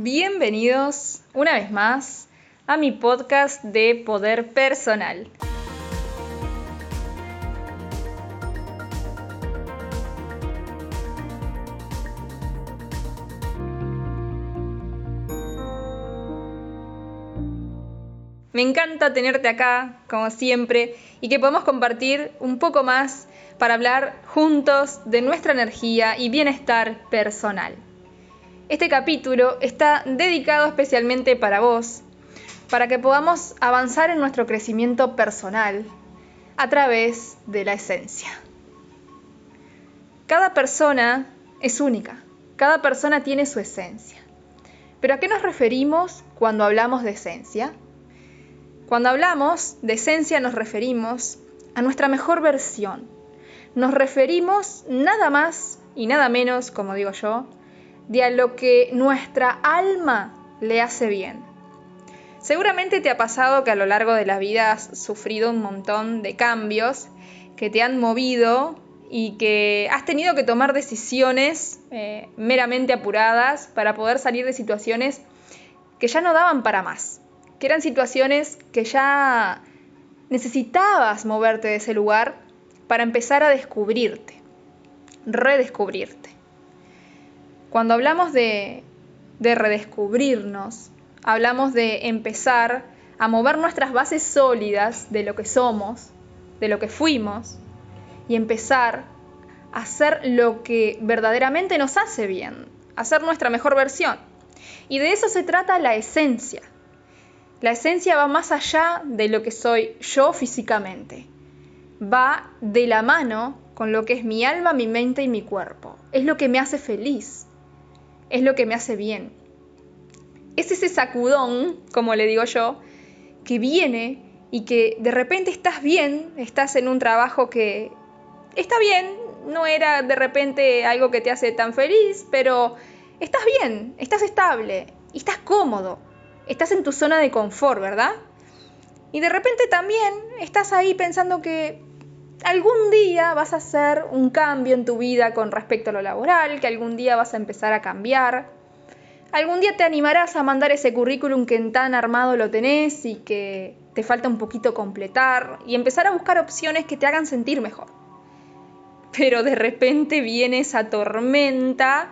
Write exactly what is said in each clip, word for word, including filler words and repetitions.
Bienvenidos una vez más a mi podcast de Poder Personal. Me encanta tenerte acá, como siempre, y que podamos compartir un poco más para hablar juntos de nuestra energía y bienestar personal. Este capítulo está dedicado especialmente para vos, para que podamos avanzar en nuestro crecimiento personal a través de la esencia. Cada persona es única, cada persona tiene su esencia. ¿Pero a qué nos referimos cuando hablamos de esencia? Cuando hablamos de esencia nos referimos a nuestra mejor versión. Nos referimos nada más y nada menos, como digo yo, de a lo que nuestra alma le hace bien. Seguramente te ha pasado que a lo largo de la vida has sufrido un montón de cambios que te han movido y que has tenido que tomar decisiones eh, meramente apuradas para poder salir de situaciones que ya no daban para más, que eran situaciones que ya necesitabas moverte de ese lugar para empezar a descubrirte, redescubrirte. Cuando hablamos de, de redescubrirnos, hablamos de empezar a mover nuestras bases sólidas de lo que somos, de lo que fuimos, y empezar a hacer lo que verdaderamente nos hace bien, hacer nuestra mejor versión. Y de eso se trata la esencia. La esencia va más allá de lo que soy yo físicamente. Va de la mano con lo que es mi alma, mi mente y mi cuerpo. Es lo que me hace feliz. Es lo que me hace bien. Es ese sacudón, como le digo yo, que viene y que de repente estás bien, estás en un trabajo que está bien, no era de repente algo que te hace tan feliz, pero estás bien, estás estable y estás cómodo, estás en tu zona de confort, ¿verdad? Y de repente también estás ahí pensando que algún día vas a hacer un cambio en tu vida con respecto a lo laboral, que algún día vas a empezar a cambiar. Algún día te animarás a mandar ese currículum que en tan armado lo tenés y que te falta un poquito completar y empezar a buscar opciones que te hagan sentir mejor. Pero de repente viene esa tormenta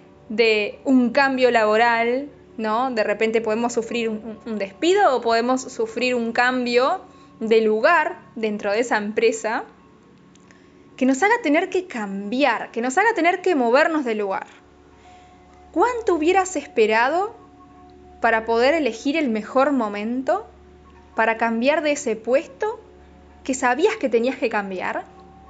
de un cambio laboral, ¿no? De repente podemos sufrir un, un despido o podemos sufrir un cambio de lugar dentro de esa empresa que nos haga tener que cambiar, que nos haga tener que movernos del lugar. ¿Cuánto hubieras esperado para poder elegir el mejor momento para cambiar de ese puesto que sabías que tenías que cambiar?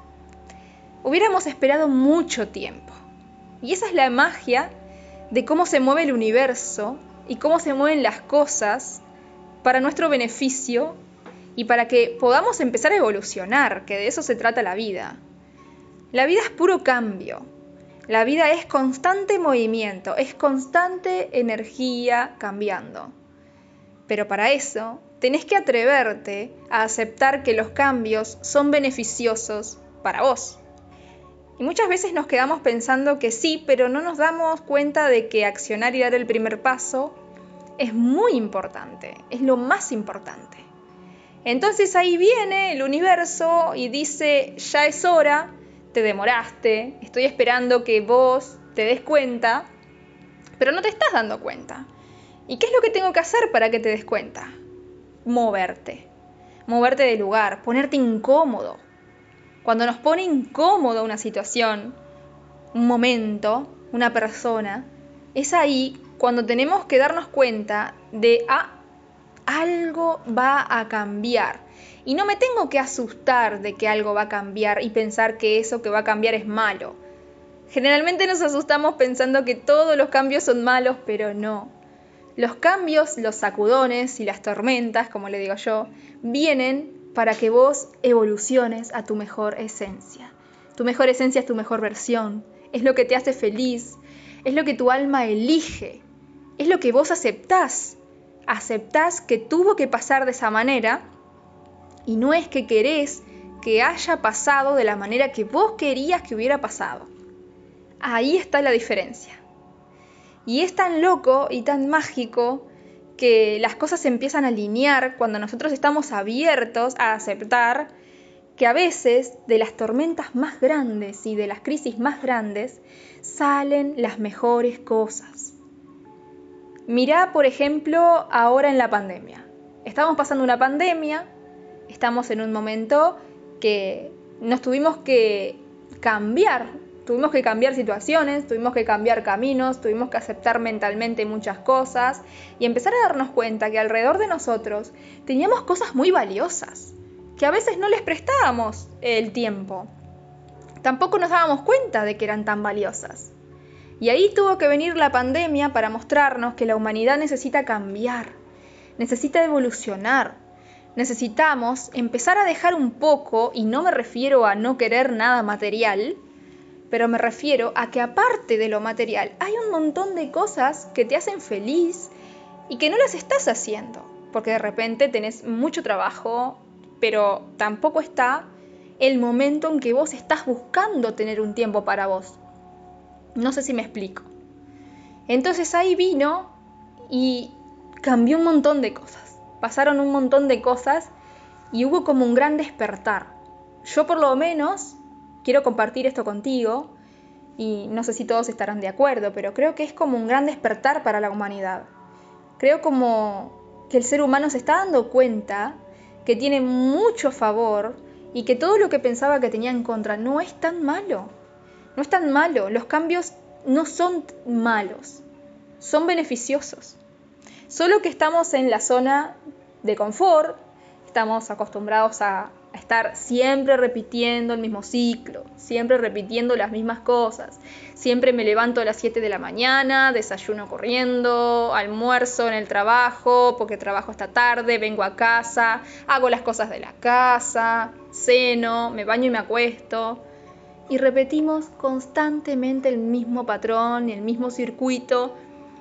Hubiéramos esperado mucho tiempo. Y esa es la magia de cómo se mueve el universo y cómo se mueven las cosas para nuestro beneficio y para que podamos empezar a evolucionar, que de eso se trata la vida. La vida es puro cambio. La vida es constante movimiento, es constante energía cambiando. Pero para eso tenés que atreverte a aceptar que los cambios son beneficiosos para vos. Y muchas veces nos quedamos pensando que sí, pero no nos damos cuenta de que accionar y dar el primer paso es muy importante, es lo más importante. Entonces ahí viene el universo y dice, ya es hora, te demoraste, estoy esperando que vos te des cuenta, pero no te estás dando cuenta. ¿Y qué es lo que tengo que hacer para que te des cuenta? Moverte, moverte de lugar, ponerte incómodo. Cuando nos pone incómodo una situación, un momento, una persona, es ahí cuando tenemos que darnos cuenta de, ah, algo va a cambiar. Y no me tengo que asustar de que algo va a cambiar y pensar que eso que va a cambiar es malo. Generalmente nos asustamos pensando que todos los cambios son malos, pero no. Los cambios, los sacudones y las tormentas, como le digo yo, vienen para que vos evoluciones a tu mejor esencia. Tu mejor esencia es tu mejor versión, es lo que te hace feliz, es lo que tu alma elige, es lo que vos aceptás. Aceptás que tuvo que pasar de esa manera y no es que querés que haya pasado de la manera que vos querías que hubiera pasado. Ahí está la diferencia. Y es tan loco y tan mágico que las cosas se empiezan a alinear cuando nosotros estamos abiertos a aceptar que a veces de las tormentas más grandes y de las crisis más grandes salen las mejores cosas. Mirá, por ejemplo, ahora en la pandemia. Estamos pasando una pandemia, estamos en un momento que nos tuvimos que cambiar, tuvimos que cambiar situaciones, tuvimos que cambiar caminos, tuvimos que aceptar mentalmente muchas cosas y empezar a darnos cuenta que alrededor de nosotros teníamos cosas muy valiosas, que a veces no les prestábamos el tiempo. Tampoco nos dábamos cuenta de que eran tan valiosas. Y ahí tuvo que venir la pandemia para mostrarnos que la humanidad necesita cambiar, necesita evolucionar. Necesitamos empezar a dejar un poco, y no me refiero a no querer nada material, pero me refiero a que aparte de lo material hay un montón de cosas que te hacen feliz y que no las estás haciendo, porque de repente tenés mucho trabajo, pero tampoco está el momento en que vos estás buscando tener un tiempo para vos. No sé si me explico. Entonces ahí vino y cambió un montón de cosas. Pasaron un montón de cosas y hubo como un gran despertar. Yo por lo menos quiero compartir esto contigo y no sé si todos estarán de acuerdo, pero creo que es como un gran despertar para la humanidad. Creo como que el ser humano se está dando cuenta que tiene mucho a favor y que todo lo que pensaba que tenía en contra no es tan malo. No es tan malo. Los cambios no son malos, son beneficiosos. Solo que estamos en la zona de confort, estamos acostumbrados a estar siempre repitiendo el mismo ciclo, siempre repitiendo las mismas cosas. Siempre me levanto a las siete de la mañana, desayuno corriendo, almuerzo en el trabajo, porque trabajo hasta tarde, vengo a casa, hago las cosas de la casa, ceno, me baño y me acuesto. Y repetimos constantemente el mismo patrón, el mismo circuito,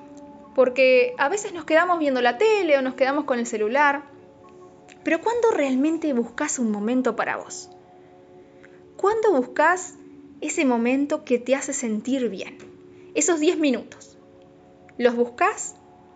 porque a veces nos quedamos viendo la tele o nos quedamos con el celular. Pero ¿cuándo realmente buscas un momento para vos? ¿Cuándo buscas ese momento que te hace sentir bien? Esos diez minutos. ¿Los buscas?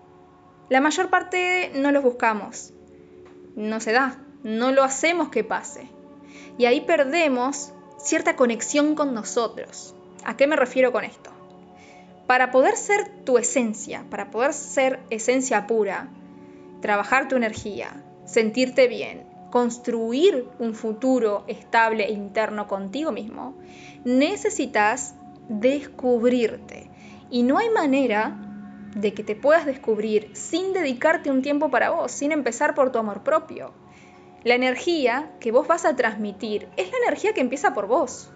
La mayor parte no los buscamos. No se da. No lo hacemos que pase. Y ahí perdemos cierta conexión con nosotros. ¿A qué me refiero con esto? Para poder ser tu esencia, para poder ser esencia pura, trabajar tu energía, sentirte bien, construir un futuro estable e interno contigo mismo, necesitas descubrirte. Y no hay manera de que te puedas descubrir sin dedicarte un tiempo para vos, sin empezar por tu amor propio. La energía que vos vas a transmitir es la energía que empieza por vos.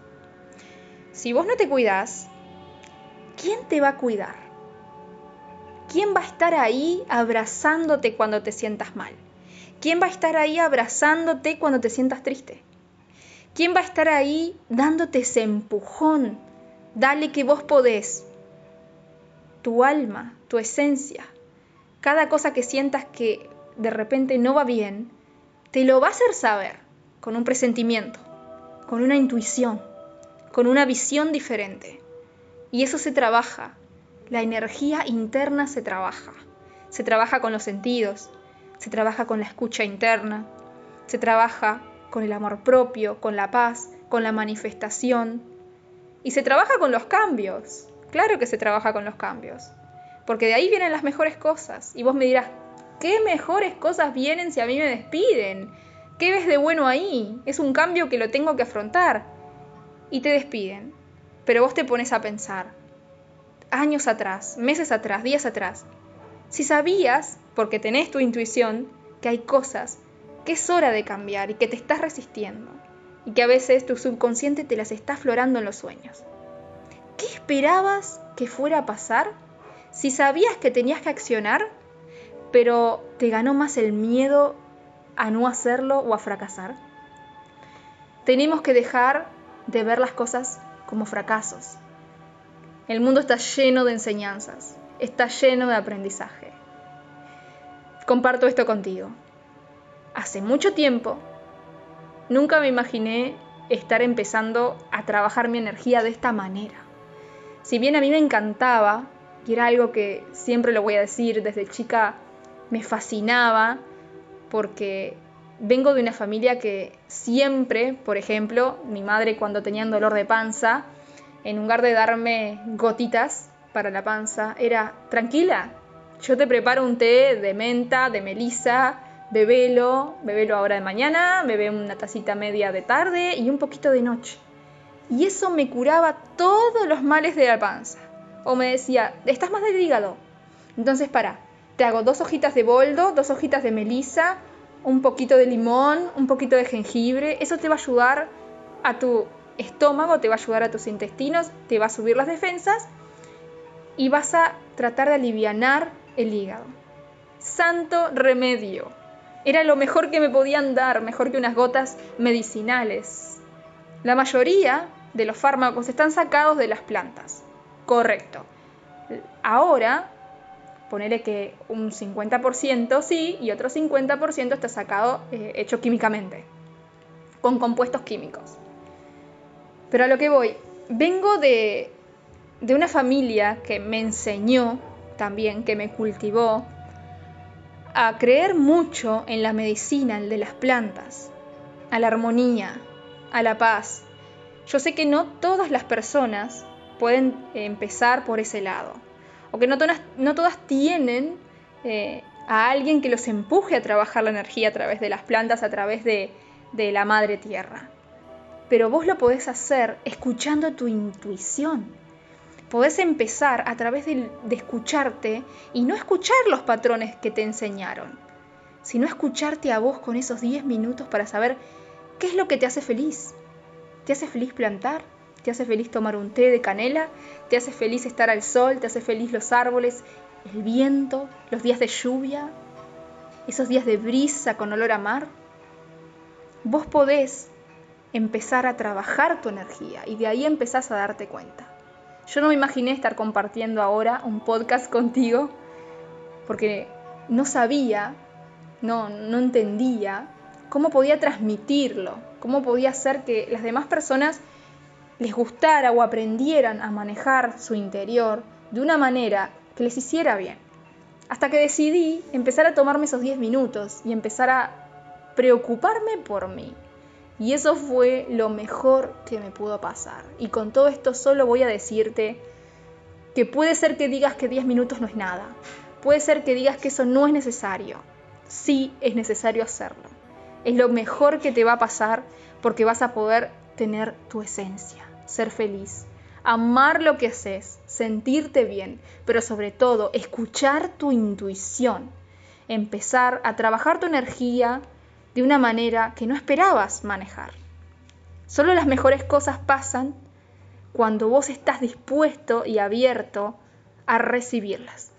Si vos no te cuidás, ¿quién te va a cuidar? ¿Quién va a estar ahí abrazándote cuando te sientas mal? ¿Quién va a estar ahí abrazándote cuando te sientas triste? ¿Quién va a estar ahí dándote ese empujón? Dale que vos podés. Tu alma, tu esencia. Cada cosa que sientas que de repente no va bien, te lo va a hacer saber con un presentimiento, con una intuición, con una visión diferente. Y eso se trabaja. La energía interna se trabaja. Se trabaja con los sentidos, se trabaja con la escucha interna, se trabaja con el amor propio, con la paz, con la manifestación. Y se trabaja con los cambios. Claro que se trabaja con los cambios. Porque de ahí vienen las mejores cosas. Y vos me dirás, ¿qué mejores cosas vienen si a mí me despiden? ¿Qué ves de bueno ahí? Es un cambio que lo tengo que afrontar. Y te despiden. Pero vos te pones a pensar, años atrás, meses atrás, días atrás, si sabías, porque tenés tu intuición, que hay cosas que es hora de cambiar y que te estás resistiendo, y que a veces tu subconsciente te las está aflorando en los sueños. ¿Qué esperabas que fuera a pasar si sabías que tenías que accionar, pero te ganó más el miedo a no hacerlo o a fracasar? Tenemos que dejar de ver las cosas como fracasos. El mundo está lleno de enseñanzas, está lleno de aprendizaje. Comparto esto contigo. Hace mucho tiempo, nunca me imaginé estar empezando a trabajar mi energía de esta manera. Si bien a mí me encantaba y era algo que siempre lo voy a decir, desde chica me fascinaba porque vengo de una familia que siempre, por ejemplo, mi madre cuando tenía un dolor de panza, en lugar de darme gotitas para la panza, era tranquila, yo te preparo un té de menta, de melisa, bebelo, bebelo ahora de mañana, bebé una tacita media de tarde y un poquito de noche. Y eso me curaba todos los males de la panza. O me decía, estás más del hígado. Entonces para, te hago dos hojitas de boldo, dos hojitas de melisa, un poquito de limón, un poquito de jengibre. Eso te va a ayudar a tu estómago, te va a ayudar a tus intestinos, te va a subir las defensas y vas a tratar de alivianar el hígado. Santo remedio. Era lo mejor que me podían dar, mejor que unas gotas medicinales. La mayoría de los fármacos están sacados de las plantas. Correcto. Ahora, ponele que un cincuenta por ciento sí y otro cincuenta por ciento está sacado, eh, hecho químicamente, con compuestos químicos. Pero a lo que voy, vengo de, de una familia que me enseñó también, que me cultivó a creer mucho en la medicina, de las plantas, a la armonía, a la paz. Yo sé que no todas las personas pueden empezar por ese lado, o que no todas, no todas tienen eh, a alguien que los empuje a trabajar la energía a través de las plantas, a través de, de la madre tierra. Pero vos lo podés hacer escuchando tu intuición. Podés empezar a través de, de escucharte y no escuchar los patrones que te enseñaron, sino escucharte a vos con esos diez minutos para saber qué es lo que te hace feliz. ¿Te hace feliz plantar? ¿Te hace feliz tomar un té de canela? ¿Te hace feliz estar al sol? ¿Te hace feliz los árboles, el viento, los días de lluvia? ¿Esos días de brisa con olor a mar? Vos podés empezar a trabajar tu energía y de ahí empezás a darte cuenta. Yo no me imaginé estar compartiendo ahora un podcast contigo porque no sabía, no, no entendía cómo podía transmitirlo, cómo podía hacer que las demás personas les gustara o aprendieran a manejar su interior de una manera que les hiciera bien. Hasta que decidí empezar a tomarme esos diez minutos y empezar a preocuparme por mí. Y eso fue lo mejor que me pudo pasar. Y con todo esto solo voy a decirte que puede ser que digas que diez minutos no es nada. Puede ser que digas que eso no es necesario. Sí es necesario hacerlo. Es lo mejor que te va a pasar porque vas a poder tener tu esencia, ser feliz, amar lo que haces, sentirte bien, pero sobre todo escuchar tu intuición, empezar a trabajar tu energía de una manera que no esperabas manejar. Solo las mejores cosas pasan cuando vos estás dispuesto y abierto a recibirlas.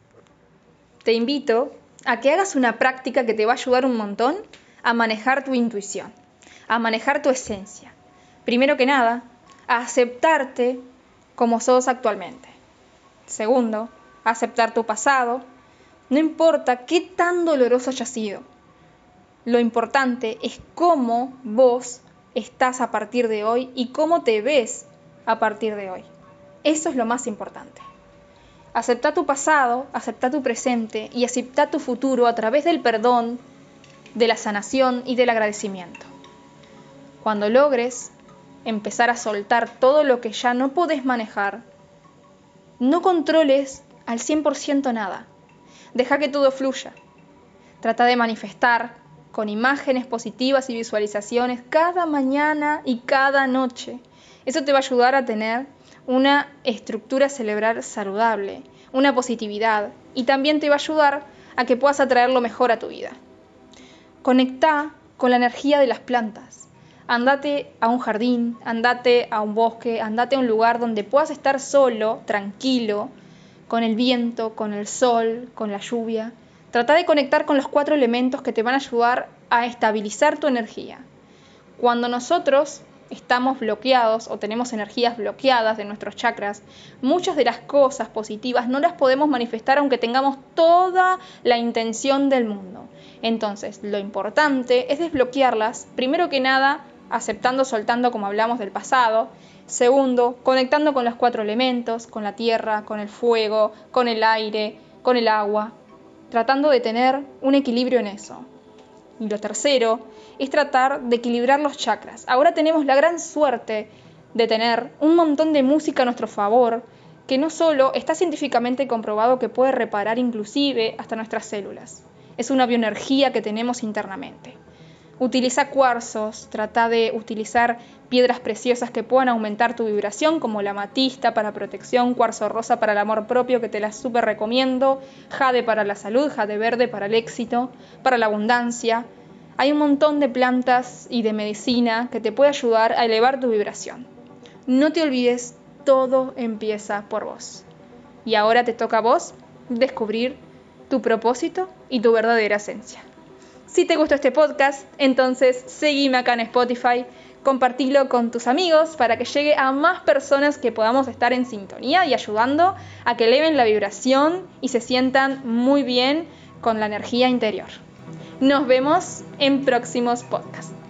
Te invito a que hagas una práctica que te va a ayudar un montón a manejar tu intuición, a manejar tu esencia. Primero que nada, a aceptarte como sos actualmente. Segundo, a aceptar tu pasado. No importa qué tan doloroso haya sido. Lo importante es cómo vos estás a partir de hoy y cómo te ves a partir de hoy. Eso es lo más importante. Acepta tu pasado, acepta tu presente y acepta tu futuro a través del perdón, de la sanación y del agradecimiento. Cuando logres empezar a soltar todo lo que ya no podés manejar, no controles al cien por ciento nada. Deja que todo fluya. Trata de manifestar con imágenes positivas y visualizaciones cada mañana y cada noche. Eso te va a ayudar a tener una estructura cerebral saludable, una positividad, y también te va a ayudar a que puedas atraer lo mejor a tu vida. Conectá con la energía de las plantas. Andate a un jardín, andate a un bosque, andate a un lugar donde puedas estar solo, tranquilo, con el viento, con el sol, con la lluvia. Trata de conectar con los cuatro elementos que te van a ayudar a estabilizar tu energía. Cuando nosotros estamos bloqueados o tenemos energías bloqueadas de nuestros chakras, muchas de las cosas positivas no las podemos manifestar aunque tengamos toda la intención del mundo. Entonces, lo importante es desbloquearlas, primero que nada, aceptando, soltando como hablamos del pasado. Segundo, conectando con los cuatro elementos, con la tierra, con el fuego, con el aire, con el agua, tratando de tener un equilibrio en eso. Y lo tercero es tratar de equilibrar los chakras. Ahora tenemos la gran suerte de tener un montón de música a nuestro favor, que no solo está científicamente comprobado que puede reparar inclusive hasta nuestras células. Es una bioenergía que tenemos internamente. Utiliza cuarzos, trata de utilizar piedras preciosas que puedan aumentar tu vibración, como la amatista para protección, cuarzo rosa para el amor propio, que te la súper recomiendo, jade para la salud, jade verde para el éxito, para la abundancia. Hay un montón de plantas y de medicina que te puede ayudar a elevar tu vibración. No te olvides, todo empieza por vos. Y ahora te toca a vos descubrir tu propósito y tu verdadera esencia. Si te gustó este podcast, entonces seguime acá en Spotify, compartilo con tus amigos para que llegue a más personas que podamos estar en sintonía y ayudando a que eleven la vibración y se sientan muy bien con la energía interior. Nos vemos en próximos podcasts.